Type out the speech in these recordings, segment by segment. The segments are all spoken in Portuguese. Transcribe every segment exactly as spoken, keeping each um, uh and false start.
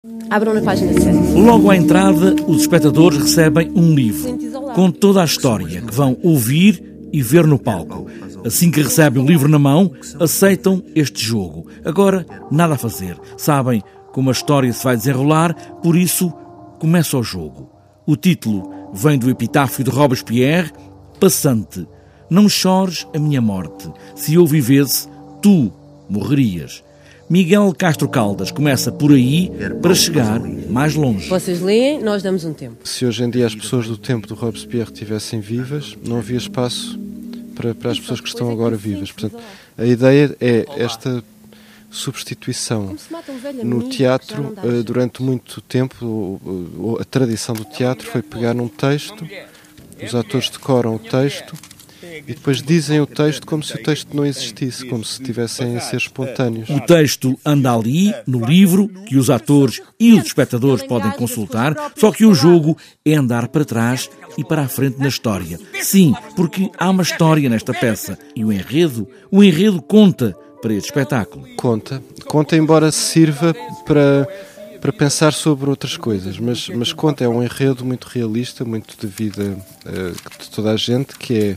Abram na página sete. Logo à entrada, os espectadores recebem um livro com toda a história que vão ouvir e ver no palco. Assim que recebem o livro na mão, aceitam este jogo. Agora, nada a fazer. Sabem como a história se vai desenrolar, por isso, começa o jogo. O título vem do epitáfio de Robespierre, Passante. Não chores a minha morte. Se eu vivesse, tu morrerias. Miguel Castro Caldas começa por aí para chegar mais longe. Vocês leem, nós damos um tempo. Se hoje em dia as pessoas do tempo do Robespierre estivessem vivas, não havia espaço para, para as pessoas que estão agora vivas. Portanto, a ideia é esta substituição. No teatro, durante muito tempo, a tradição do teatro foi pegar num texto, os atores decoram o texto e depois dizem o texto como se o texto não existisse, como se estivessem a ser espontâneos. O texto anda ali, no livro, que os atores e os espectadores podem consultar, só que o jogo é andar para trás e para a frente na história. Sim, porque há uma história nesta peça e o enredo, o enredo conta para este espetáculo. Conta, conta embora sirva para, para pensar sobre outras coisas, mas, mas conta, é um enredo muito realista, muito de vida uh, de toda a gente, que é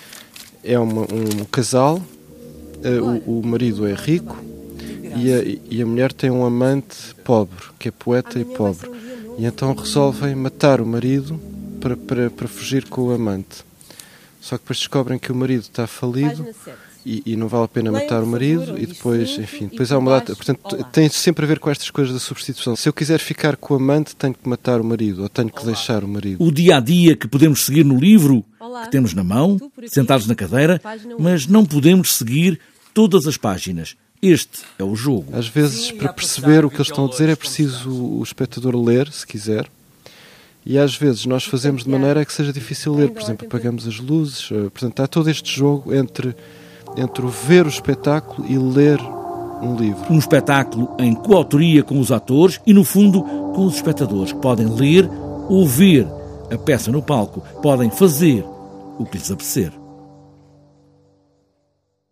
É uma, um casal, uh, o, o marido é rico e a, e a mulher tem um amante pobre, que é poeta e pobre. E então resolvem matar o marido para, para, para fugir com o amante. Só que depois descobrem que o marido está falido e, e não vale a pena matar o marido e depois, enfim, depois há uma data. Portanto, tem sempre a ver com estas coisas da substituição. Se eu quiser ficar com o amante, tenho que matar o marido ou tenho que deixar o marido. O dia-a-dia que podemos seguir no livro, que temos na mão, sentados na cadeira, mas não podemos seguir todas as páginas. Este é o jogo. Às vezes, para perceber o que eles estão a dizer, é preciso o espectador ler, se quiser. E às vezes nós fazemos de maneira que seja difícil ler. Por exemplo, apagamos as luzes. Portanto, há todo este jogo entre, entre o ver o espetáculo e ler um livro. Um espetáculo em coautoria com os atores e, no fundo, com os espectadores, que podem ler ou ver a peça no palco. Podem fazer o que lhes apetecer.